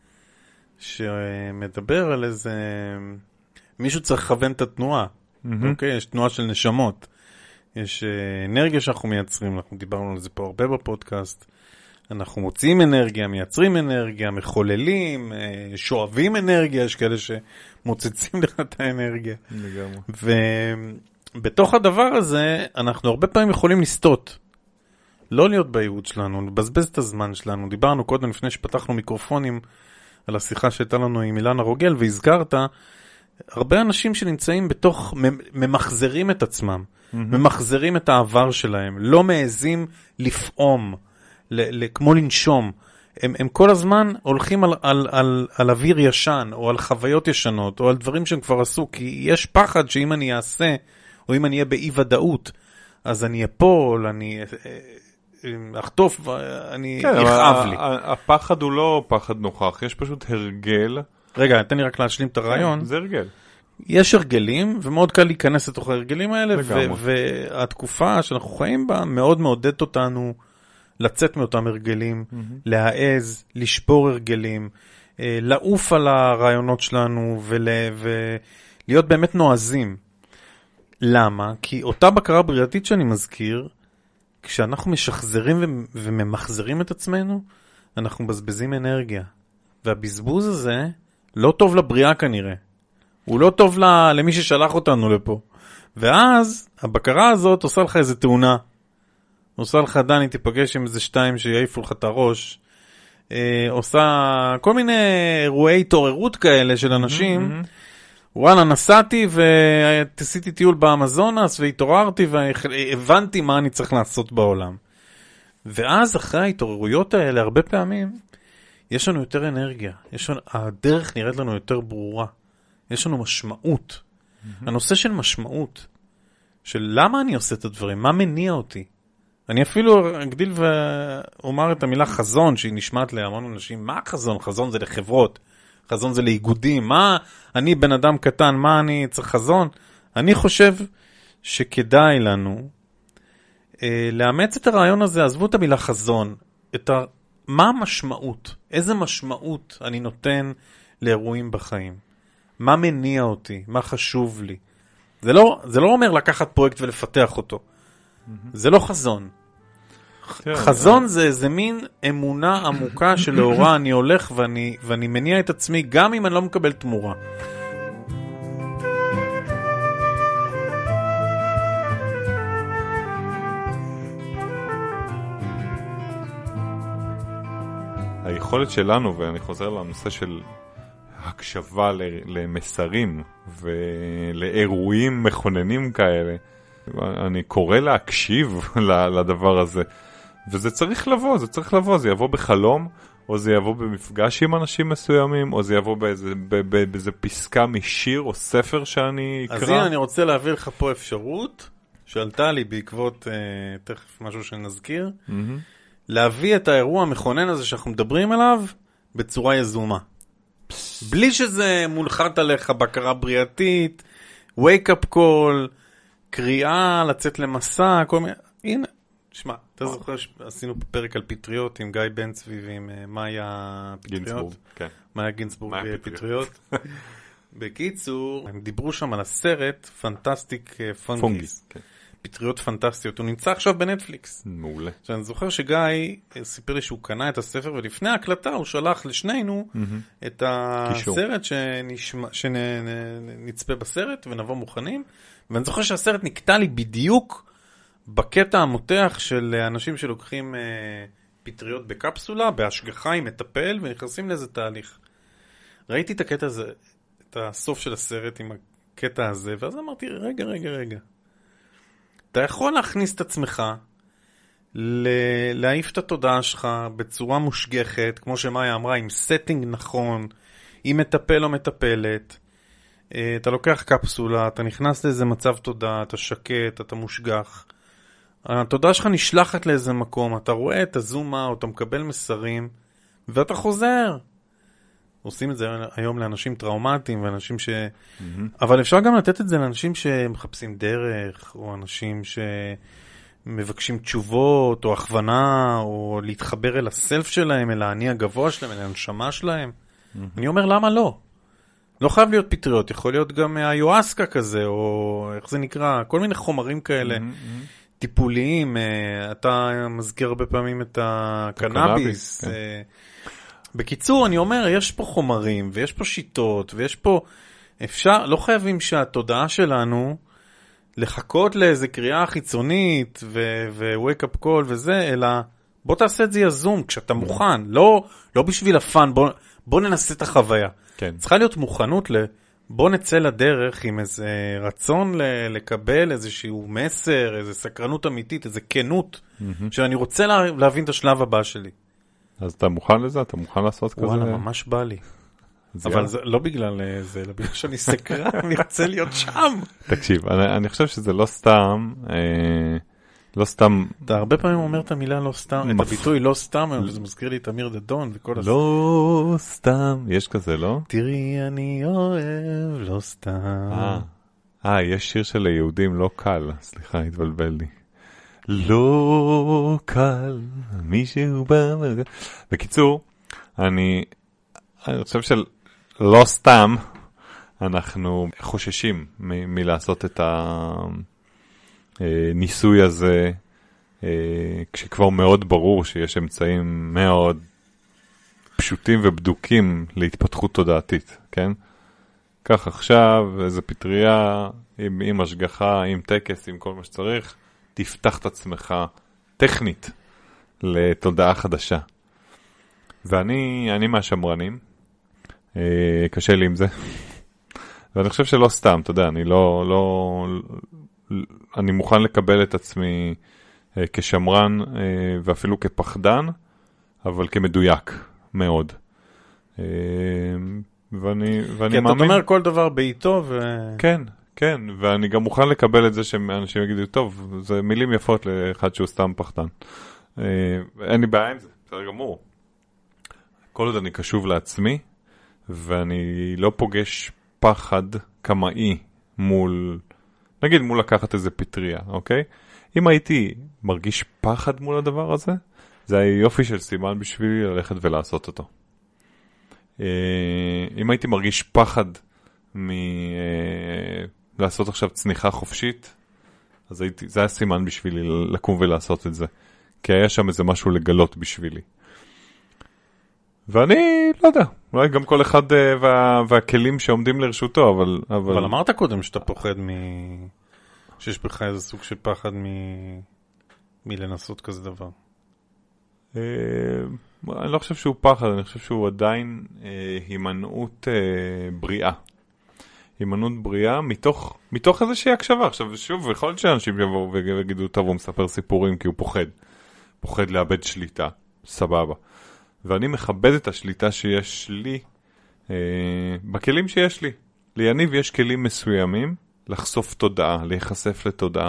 שמדבר על איזה... מישהו צריך לכוון את התנועה, אוקיי? יש תנועה של נשמות. יש אנרגיה שאנחנו מייצרים, אנחנו דיברנו על זה פה הרבה בפודקאסט. אנחנו מוציאים אנרגיה, מייצרים אנרגיה, מחוללים, שואבים אנרגיה, יש כאלה שמוצצים לך את האנרגיה. לגמרי. ובתוך הדבר הזה, אנחנו הרבה פעמים יכולים לסטות. לא להיות בייעוד שלנו, לבזבז את הזמן שלנו. דיברנו קודם, לפני שפתחנו מיקרופונים, על השיחה שהייתה לנו עם אילנה רוגל, והזכרת, הרבה אנשים שנמצאים בתוך, ממחזרים את עצמם, mm-hmm. ממחזרים את העבר שלהם, לא מעזים לפעום, ל- ל- כמו לנשום. הם, הם כל הזמן הולכים על, על, על, על אוויר ישן, או על חוויות ישנות, או על דברים שהם כבר עשו, כי יש פחד שאם אני אעשה, או אם אני אהיה באי ודאות, אז אני אפול, אני אחטוף, אני כן, יכאב לי. הפחד הוא לא פחד נוכח, יש פשוט הרגל. רגע, תן לי רק להשלים את הרעיון. זה הרגל. יש הרגלים, ומאוד קל להיכנס לתוך הרגלים האלה, ו- והתקופה שאנחנו חיים בה מאוד מעודדת אותנו לצאת מאותם הרגלים, mm-hmm. להעז, לשבור הרגלים, לעוף על הרעיונות שלנו, ול- ולהיות באמת נועזים. למה? כי אותה בקרה בריאתית שאני מזכיר, כשאנחנו משחזרים ו- וממחזרים את עצמנו, אנחנו מבזבזים אנרגיה. והבזבוז הזה לא טוב לבריאה כנראה. הוא לא טוב למי ששלח אותנו לפה. ואז הבקרה הזאת עושה לך איזה תאונה. עושה לך, דני, תיפגש עם איזה שתיים שיעיפו לך את הראש. אה, עושה כל מיני אירועי התעוררות כאלה של אנשים. Mm-hmm. וואלה, נסעתי ועשיתי טיול באמזונס והתעוררתי והבנתי מה אני צריך לעשות בעולם. ואז אחרי ההתעוררויות האלה, הרבה פעמים, יש לנו יותר אנרגיה. יש לנו, הדרך נראית לנו יותר ברורה. יש לנו משמעות. Mm-hmm. הנושא של משמעות, של למה אני עושה את הדברים, מה מניע אותי. אני אפילו אגדיל ואומר את המילה חזון, שהיא נשמעת להמון אנשים, מה חזון? חזון זה לחברות. חזון זה לאיגודים. מה אני בן אדם קטן, מה אני צריך חזון? אני חושב שכדאי לנו אה, לאמץ את הרעיון הזה, עזבו את המילה חזון, את ה... מה המשמעות? איזה משמעות אני נותן לאירועים בחיים? מה מניע אותי? מה חשוב לי? זה לא, זה לא אומר לקחת פרויקט ולפתח אותו. Mm-hmm. זה לא חזון. Yeah, חזון yeah. זה, זה מין אמונה עמוקה שלאורה אני הולך ואני, ואני מניע את עצמי גם אם אני לא מקבל תמורה. היכולת שלנו, ואני חוזר לנושא של הקשבה למסרים ולאירועים מכוננים כאלה, אני קורא להקשיב לדבר הזה, וזה צריך לבוא, זה צריך לבוא, זה יבוא בחלום, או זה יבוא במפגש עם אנשים מסוימים, או זה יבוא באיזה, באיזה פסקה משיר או ספר שאני אקרא. אז הנה אני רוצה להביא לך פה אפשרות, שעלתה לי בעקבות, אה, תכף משהו שנזכיר, mm-hmm. להביא את האירוע המכונן הזה שאנחנו מדברים עליו, בצורה יזומה. בלי שזה מונחת עליך בקרה בריאתית, wake up call, קריאה, לצאת למסע, כל מיני... הנה, תשמע, אתה זוכר שעשינו פרק על פטריות עם גיא בן צבי ועם מאיה פטריות? כן. מאיה גינסבורג פטריות. בקיצור, הם דיברו שם על הסרט פנטסטיק פונגיס. פטריות פנטסטיות. הוא נמצא עכשיו בנטפליקס. מעולה. שאני זוכר שגיא סיפר לי שהוא קנה את הספר, ולפני ההקלטה הוא שלח לשנינו את הסרט שנצפה בסרט ונבוא מוכנים. ואני זוכר שהסרט נקטע לי בדיוק בקטע המותח של אנשים שלוקחים אה, פטריות בקפסולה, בהשגחה עם מטפל, ונכנסים לאיזה תהליך. ראיתי את הקטע הזה, את הסוף של הסרט עם הקטע הזה, ואז אמרתי, רגע, רגע, רגע. אתה יכול להכניס את עצמך, ל- להעיף את התודעה שלך בצורה מושגחת, כמו שמאיה אמרה, עם סטינג נכון, עם מטפל או מטפלת, אתה לוקח קפסולה, אתה נכנס לאיזה מצב תודעה, אתה שקט, אתה מושגח. התודעה שלך נשלחת לאיזה מקום, אתה רואה את הזומה, או אתה מקבל מסרים, ואתה חוזר. עושים את זה היום לאנשים טראומטיים, ואנשים ש... Mm-hmm. אבל אפשר גם לתת את זה לאנשים שמחפשים דרך, או אנשים שמבקשים תשובות, או הכוונה, או להתחבר אל הסלף שלהם, אל העני הגבוה שלהם, אל הנשמה שלהם. Mm-hmm. אני אומר, למה לא? לא חייב להיות פטריות, יכול להיות גם היואסקה כזה, או איך זה נקרא, כל מיני חומרים כאלה, mm-hmm. טיפוליים. אתה מזכיר הרבה פעמים את הקנאביס. כן. בקיצור, אני אומר, יש פה חומרים, ויש פה שיטות, ויש פה, אפשר, לא חייבים שהתודעה שלנו לחכות לאיזה קריאה חיצונית, ו-wake up call וזה, אלא בוא תעשה את זה יזום, כשאתה מוכן, לא, לא בשביל הפן, בוא, בוא ננסה את החוויה. כן. צריכה להיות מוכנות ל... בוא נצא לדרך עם איזה רצון ל- לקבל איזשהו מסר, איזו סקרנות אמיתית, איזו כנות, mm-hmm. שאני רוצה לה- להבין את השלב הבא שלי. אז אתה מוכן לזה? אתה מוכן לעשות כזה? וואלה, ממש בא לי. אבל זה לא בגלל זה, אלא בגלל שאני סקרן, אני רוצה להיות שם. תקשיב, אני, אני חושב שזה לא סתם... אה... לא סתם... אתה הרבה פעמים אומר את המילה לא סתם, את הביטוי לא סתם, וזה מזכיר לי את אמיר דדון וכל הסתם. לא סתם, יש כזה, לא? תראי, אני אוהב, לא סתם. אה, יש שיר של היהודים, לא קל. סליחה, התבלבל לי. לא קל, מישהו בא... בקיצור, אני... אני חושב של לא סתם, אנחנו חוששים מ- מלעשות את ה... ניסוי הזה, כשכבר מאוד ברור שיש אמצעים מאוד פשוטים ובדוקים להתפתחות תודעתית, כן? קח עכשיו איזה פטריה, עם, עם השגחה, עם טקס, עם כל מה שצריך, תפתח את עצמך טכנית לתודעה חדשה. ואני אני מהשמרנים, אה, קשה לי עם זה. ואני חושב שלא סתם, אתה יודע, אני לא, לא, אני מוכן לקבל את עצמי אה, כשמרן אה, ואפילו כפחדן, אבל כמדויק מאוד. אה, ואני, ואני כי מאמין... אתה אומר כל דבר בעיתו ו... כן, כן, ואני גם מוכן לקבל את זה שאנשים יגידו, טוב, זה מילים יפות לאחד שהוא סתם פחדן. אה, אין לי בעיה עם זה, בסדר גמור. כל עוד אני קשוב לעצמי, ואני לא פוגש פחד קמאי מול, נגיד מול לקחת איזה פטריה, אוקיי? אם הייתי מרגיש פחד מול הדבר הזה, זה היה יופי של סימן בשבילי ללכת ולעשות אותו. אם הייתי מרגיש פחד מלעשות עכשיו צניחה חופשית, אז הייתי, זה היה סימן בשבילי לקום ולעשות את זה. כי היה שם איזה משהו לגלות בשבילי. ואני לא יודע, אולי גם כל אחד וה, והכלים שעומדים לרשותו, אבל... אבל... אבל אמרת קודם שאתה פוחד מ... שיש בך איזה סוג של פחד מ... מלנסות כזה דבר. אני לא חושב שהוא פחד, אני חושב שהוא עדיין הימנעות בריאה. הימנעות בריאה מתוך, מתוך איזושהי הקשבה. עכשיו, שוב, יכול להיות שאנשים יבואו ויגידו, טוב, הוא מספר סיפורים כי הוא פוחד. פוחד לאבד שליטה. סבבה. ואני מכבד את השליטה שיש לי אה, בכלים שיש לי. ליניב יש כלים מסוימים לחשוף תודעה, להיחשף לתודעה.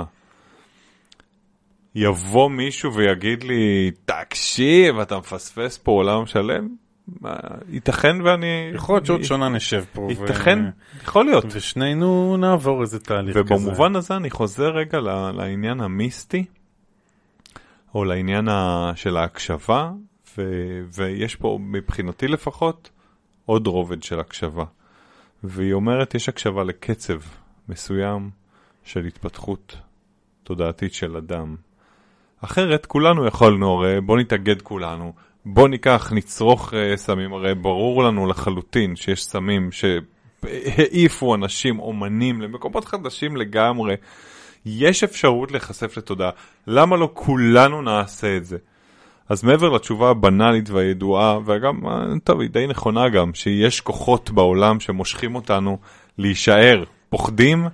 יבוא מישהו ויגיד לי, תקשיב, אתה מפספס פה עולם שלם? ייתכן ואני... יכול להיות שעוד שונה נשב פה. ייתכן, יכול להיות. ושנינו נעבור איזה תהליך כזה. ובמובן הזה אני חוזר רגע לעניין המיסטי, או לעניין של ההקשבה, ו- ויש פה מבחינתי לפחות עוד רובד של הקשבה. והיא אומרת, יש הקשבה לקצב מסוים של התפתחות תודעתית של אדם. אחרת כולנו יכולנו, הרי בוא נתאגד כולנו, בוא ניקח, נצרוך uh, סמים, הרי ברור לנו לחלוטין שיש סמים שהעיפו אנשים, אומנים, למקומות חדשים לגמרי. יש אפשרות לחשף לתודעה. למה לא כולנו נעשה את זה? אז מעבר לתשובה הבנאלית והידועה, וגם, טוב, היא די נכונה גם, שיש כוחות בעולם שמושכים אותנו להישאר פוחדים,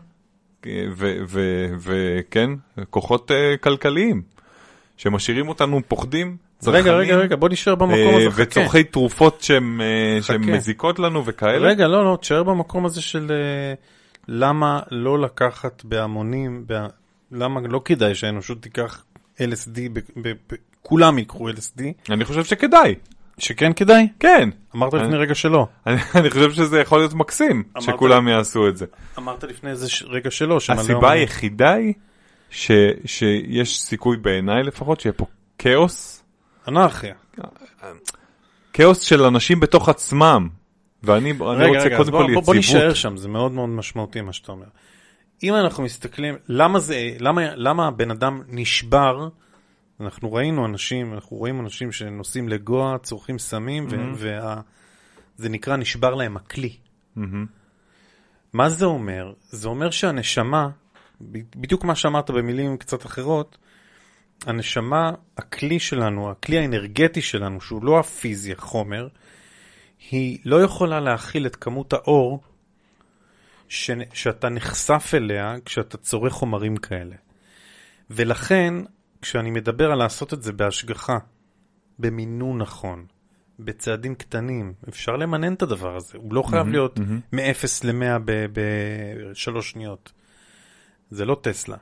וכן, כוחות uh, כלכליים, שמשאירים אותנו פוחדים, צרכנים. רגע, רגע, רגע, בוא נשאר במקום הזה, חכה. וצורכי תרופות שהן מזיקות לנו וכאלה. רגע, לא, לא, תשאר במקום הזה של למה לא לקחת בהמונים, למה לא כדאי שהאנושות תיקח אל אס די, כולם יקחו אל אס די. אני חושב שכדאי. שכן כדאי? כן. אמרת לפני רגע שלא. אני חושב שזה יכול להיות מקסים, שכולם יעשו את זה. אמרת לפני איזה רגע שלא. הסיבה היחידה היא שיש סיכוי בעיניי לפחות, שיהיה פה כאוס. אנרכיה. כאוס של אנשים בתוך עצמם. ואני רוצה קודם כל יציבות. בוא נשאר שם, זה מאוד מאוד משמעותי מה שאתה אומר. אם אנחנו מסתכלים, למה זה, למה, למה הבן אדם נשבר? אנחנו ראינו אנשים, אנחנו רואים אנשים שנוסעים לגוע, צורכים סמים, וזה נקרא נשבר להם הכלי. מה זה אומר? זה אומר שהנשמה, בדיוק מה שאמרת במילים קצת אחרות, הנשמה, הכלי שלנו, הכלי האנרגטי שלנו, שהוא לא הפיזי, החומר, היא לא יכולה להכיל את כמות האור ש... שאתה נחשף אליה כשאתה צורך חומרים כאלה. ולכן, כשאני מדבר על לעשות את זה בהשגחה, במינון נכון, בצעדים קטנים, אפשר למנן את הדבר הזה. הוא לא חייב להיות מ-אפס ל-מאה בשלוש שניות. זה לא טסלה.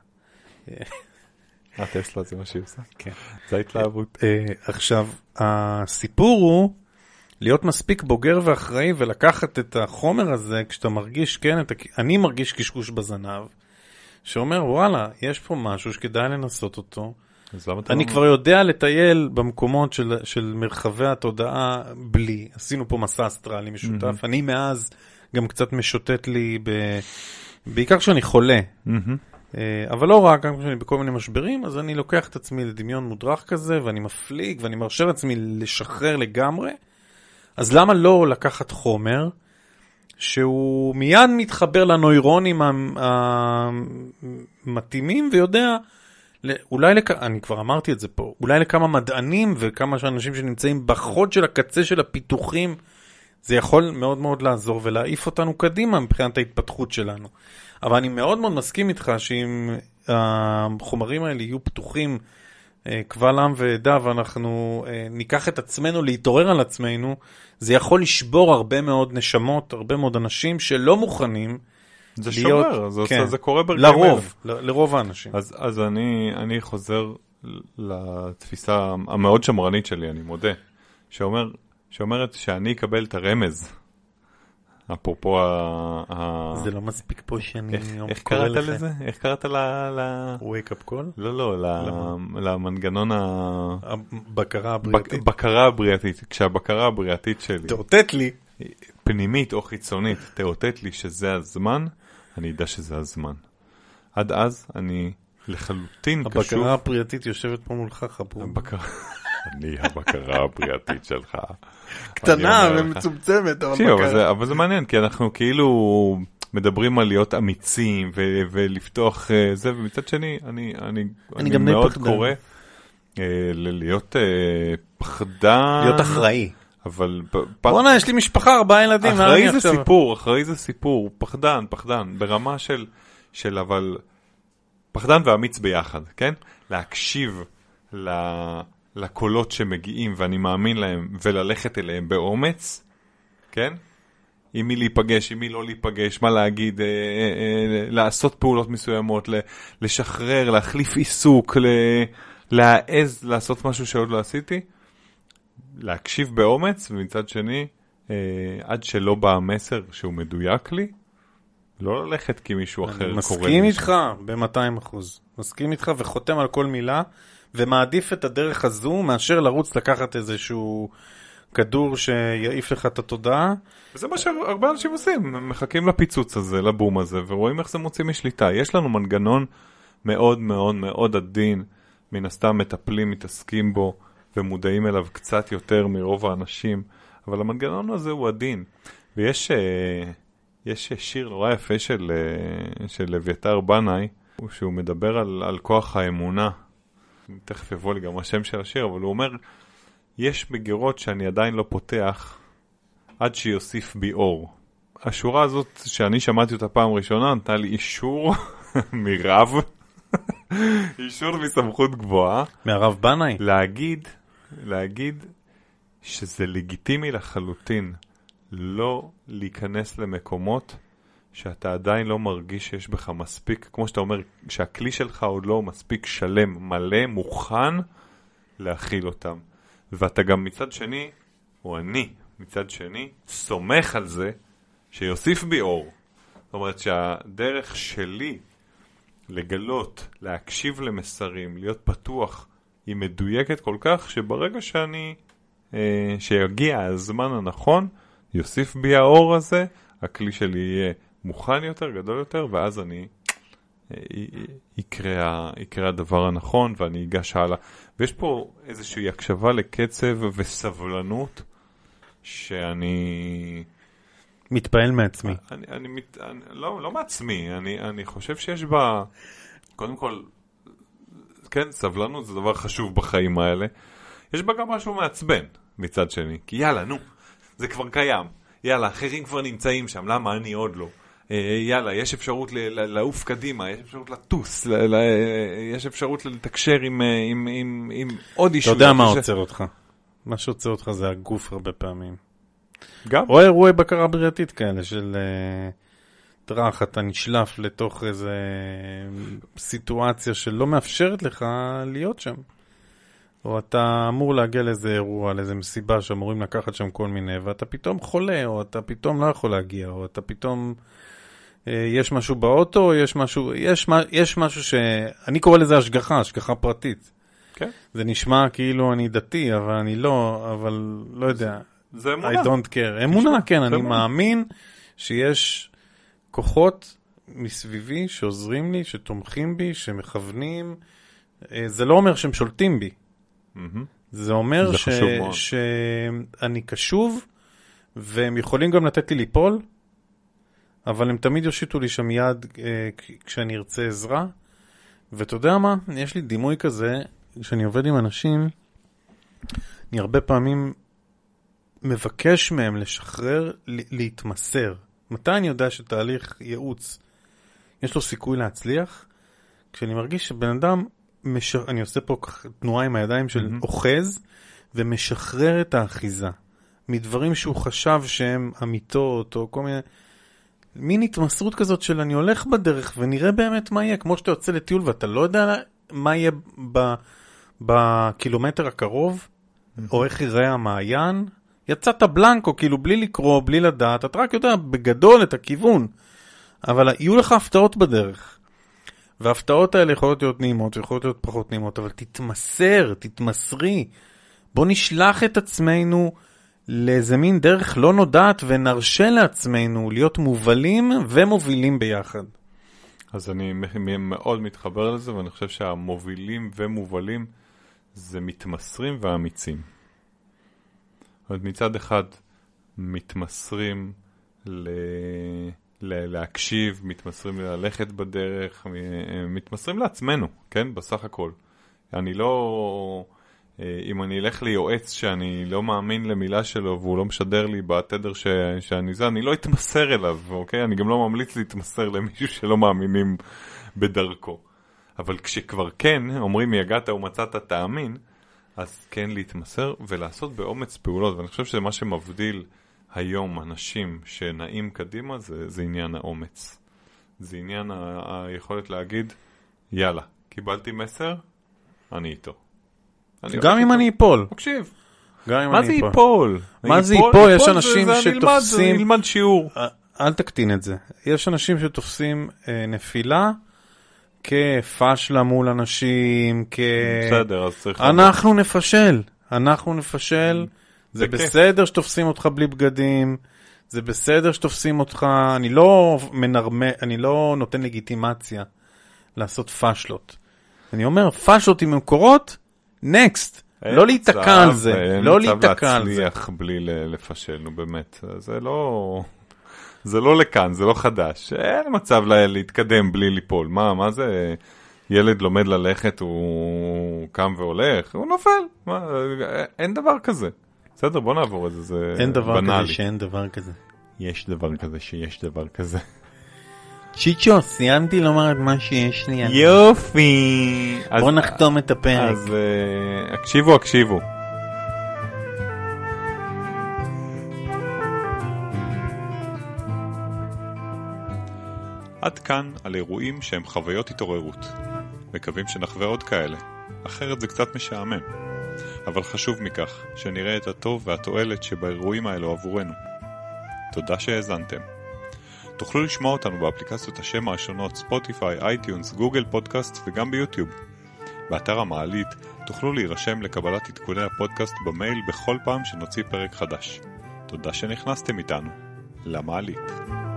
הטסלה זה מה שהיא עושה. כן. זה ההתלהבות. עכשיו, הסיפור הוא להיות מספיק בוגר ואחראי ולקחת את החומר הזה כשאתה מרגיש, כן, את, אני מרגיש קשקוש בזנב, שאומר, וואלה, יש פה משהו שכדאי לנסות אותו. אני כבר יודע לטייל במקומות של, של מרחבי התודעה בלי. עשינו פה מסע אסטרלי משותף. Mm-hmm. אני מאז גם קצת משוטט לי, ב... בעיקר כשאני חולה. Mm-hmm. אבל לא רק, גם כשאני בכל מיני משברים, אז אני לוקח את עצמי לדמיון מודרך כזה, ואני מפליג, ואני מרשה לעצמי לשחרר לגמרי. אז למה לא לקחת חומר שהוא מיד מתחבר לנוירונים המתאימים ויודע, אולי, לכ... אני כבר אמרתי את זה פה, אולי לכמה מדענים וכמה אנשים שנמצאים בחוד של הקצה של הפיתוחים, זה יכול מאוד מאוד לעזור ולהעיף אותנו קדימה מבחינת ההתפתחות שלנו. אבל אני מאוד מאוד מסכים איתך שאם החומרים האלה יהיו פתוחים קבל עם ועדה, ואנחנו ניקח את עצמנו להתעורר על עצמנו, זה יכול לשבור הרבה מאוד נשמות, הרבה מאוד אנשים שלא מוכנים זה להיות, שובר, זה, כן, זה קורה ברגעים לרוב, ל- לרוב האנשים. אז, אז אני, אני חוזר לתפיסה המאוד שמרנית שלי, אני מודה, שאומר, שאומרת שאני אקבל את הרמז, אפרופו ה... ה... זה לא מספיק פה שאני איך, קורא לך. איך קראת לזה? איך קראת ל... ל... wake up call? לא, לא, ל... למנגנון ה... הבקרה הבריאתית. בקרה הבריאתית. כשהבקרה הבריאתית שלי... תאותת לי. פנימית או חיצונית, תאותת לי שזה הזמן, אני אדע שזה הזמן. עד אז אני לחלוטין קשוב... הבקרה הבריאתית יושבת פה מולך, חבור. הבקרה... אני הבקרה הבריאתית שלך. קטנה ומצומצמת, אבל בקרה. אבל זה מעניין, כי אנחנו כאילו מדברים על להיות אמיצים ולפתוח זה, ומצד שני, אני מאוד קורא להיות פחדן. להיות אחראי. אבל... בוא'נה, יש לי משפחה, ארבעה ילדים. אחראי זה סיפור, אחראי זה סיפור. פחדן, פחדן, ברמה של אבל... פחדן ואמיץ ביחד, כן? להקשיב ל... לקולות שמגיעים ואני מאמין להם וללכת אליהם באומץ, כן? עם מי להיפגש, עם מי לא להיפגש, מה להגיד, אה, אה, אה, לעשות פעולות מסוימות, לשחרר, להחליף עיסוק, להעז לעשות משהו שעוד לא עשיתי, להקשיב באומץ, ומצד שני, אה, עד שלא בא המסר שהוא מדויק לי, לא ללכת כי מישהו אחר קורא לי. מסכים איתך ב-מאתיים אחוז. מסכים איתך וחותם על כל מילה, ומעדיף את הדרך הזו מאשר לרוץ לקחת איזשהו כדור שיעיף לך את התודעה. וזה מה שהרבה אנשים עושים, הם מחכים לפיצוץ הזה, לבום הזה, ורואים איך זה מוציא משליטה. יש לנו מנגנון מאוד מאוד מאוד עדין, מן הסתם מטפלים, מתעסקים בו, ומודעים אליו קצת יותר מרוב האנשים, אבל המנגנון הזה הוא עדין. ויש יש שיר נורא יפה של, של אביתר בנאי, שהוא מדבר על, על כוח האמונה. תכף יבוא לי גם השם של השיר, אבל הוא אומר, יש מגירות שאני עדיין לא פותח עד שיוסיף בי אור. השורה הזאת שאני שמעתי אותה פעם ראשונה, נתנה לי אישור מרב, אישור מסמכות גבוהה. מהרב בנאי? להגיד, להגיד שזה לגיטימי לחלוטין לא להיכנס למקומות שאתה עדיין לא מרגיש שיש בך מספיק, כמו שאתה אומר, שהכלי שלך עוד לא מספיק שלם, מלא, מוכן להכיל אותם. ואתה גם מצד שני, או אני מצד שני, סומך על זה שיוסיף בי אור. זאת אומרת שהדרך שלי לגלות, להקשיב למסרים, להיות פתוח, היא מדויקת כל כך שברגע שאני, אה, שיגיע הזמן הנכון, יוסיף בי האור הזה, הכלי שלי יהיה מוכן יותר, גדול יותר, ואז אני יקרה, יקרה הדבר הנכון, ואני אגש הלאה. ויש פה איזושהי הקשבה לקצב וסבלנות, שאני... מתפעל מעצמי. אני, אני, מת, אני, לא, לא מעצמי, אני, אני חושב שיש בה, קודם כל, כן, סבלנות זה דבר חשוב בחיים האלה. יש בה גם משהו מעצבן מצד שני, כי יאללה, נו, זה כבר קיים. יאללה, אחרים כבר נמצאים שם, למה אני עוד לא? יאללה, יש אפשרות לעוף קדימה, יש אפשרות לטוס, יש אפשרות לתקשר עם, עם, עם, עם עוד אישו. אתה יודע מה עוצר אותך? מה שעוצר אותך זה הגוף הרבה פעמים. גם? או אירועי בקרה בריאתית כאלה של דרך, אתה נשלף לתוך איזה סיטואציה שלא מאפשרת לך להיות שם. או אתה אמור להגיע לאיזה אירוע, לאיזה מסיבה שאמורים לקחת שם כל מיני, ואתה פתאום חולה, או אתה פתאום לא יכול להגיע, או אתה פתאום, אה, יש משהו באוטו, או יש משהו, יש, יש משהו ש... אני קורא לזה השגחה, השגחה פרטית. כן. זה נשמע כאילו אני דתי, אבל אני לא, אבל לא יודע. זה, זה אמונה. I don't care. אמונה, כן, אני אמונה. מאמין שיש כוחות מסביבי שעוזרים לי, שתומכים בי, שמכוונים. אה, זה לא אומר שהם שולטים בי. זה אומר שאני קשוב, והם יכולים גם לתת לי ליפול, אבל הם תמיד יושיטו לי שם יד אה, כשאני ארצה עזרה, ואתה יודע מה? יש לי דימוי כזה, כשאני עובד עם אנשים, אני הרבה פעמים מבקש מהם לשחרר, להתמסר. מתי אני יודע שתהליך ייעוץ יש לו סיכוי להצליח? כשאני מרגיש שבן אדם, מש... אני עושה פה תנועה עם הידיים של mm-hmm. אוחז, ומשחרר את האחיזה. מדברים שהוא חשב שהם אמיתות, או כל מיני... מין התמסרות כזאת של אני הולך בדרך, ונראה באמת מה יהיה. כמו שאתה יוצא לטיול, ואתה לא יודע מה יהיה ב... בקילומטר הקרוב, mm-hmm. או איך יראה המעיין. יצאת בלנקו, כאילו בלי לקרוא, בלי לדעת, אתה רק יודע בגדול את הכיוון. אבל יהיו לך הפתעות בדרך. וההפתעות האלה יכולות להיות נעימות, יכולות להיות פחות נעימות, אבל תתמסר, תתמסרי. בוא נשלח את עצמנו לאיזה מין דרך לא נודעת, ונרשה לעצמנו להיות מובלים ומובילים ביחד. אז אני מאוד מתחבר לזה, ואני חושב שהמובילים ומובלים זה מתמסרים ואמיצים. עוד מצד אחד מתמסרים ל... להקשיב, מתמסרים ללכת בדרך, מתמסרים לעצמנו, כן? בסך הכל. אני לא... אם אני אלך ליועץ שאני לא מאמין למילה שלו, והוא לא משדר לי בתדר ש... שאני זה, אני לא אתמסר אליו, אוקיי? אני גם לא ממליץ להתמסר למישהו שלא מאמינים בדרכו. אבל כשכבר כן, אומרים, יגעת ומצאת תאמין, אז כן להתמסר ולעשות באומץ פעולות. ואני חושב שזה מה שמבדיל היום אנשים שנעים קדימה, זה, זה עניין האומץ. זה עניין ה- היכולת להגיד, יאללה, קיבלתי מסר, אני איתו. אני גם אם אני אפול. תקשיב. מה זה ייפול? מה זה ייפול? יש אנשים שתופסים... נלמד שיעור. אל תקטין את זה. יש אנשים שתופסים נפילה כפשלה מול אנשים, כ... בסדר, אז צריך... אנחנו נפשל. אנחנו נפשל. זה בסדר שתופסים אותך בלי בגדים. זה בסדר שתופסים אותך. אני לא מנרמה, אני לא נותן לגיטימציה לעשות פשלות. אני אומר, פשלות עם מקורות, נקסט. לא להתקע על זה. לא להתקע על זה. אין מצב להצליח בלי לפשל, נו באמת. זה לא... זה לא לכאן, זה לא חדש. אין מצב להתקדם בלי ליפול. מה, מה זה? ילד לומד ללכת, הוא קם והולך, הוא נופל. מה? אין דבר כזה. בסדר, בוא נעבור את זה, זה בנאלי. אין דבר כזה שאין דבר כזה. יש דבר כזה שיש דבר כזה. צ'יצ'ו, סיימתי לומר את מה שיש לי. יופי. בוא נחתום את הפרק. אז הקשיבו, הקשיבו. עד כאן על אירועים שהם חוויות התעוררות. מקווים שנחווה עוד כאלה, אחרת זה קצת משעמם. אבל חשוב מכך, שנראה את הטוב והתועלת שבאירועים האלו עבורנו. תודה שהאזנתם. תוכלו לשמוע אותנו באפליקציות השם השונות ספוטיפיי, אייטיונס, גוגל פודקאסט וגם ביוטיוב. באתר המעלית תוכלו להירשם לקבלת עדכוני הפודקאסט במייל בכל פעם שנוציא פרק חדש. תודה שנכנסתם איתנו. למעלית.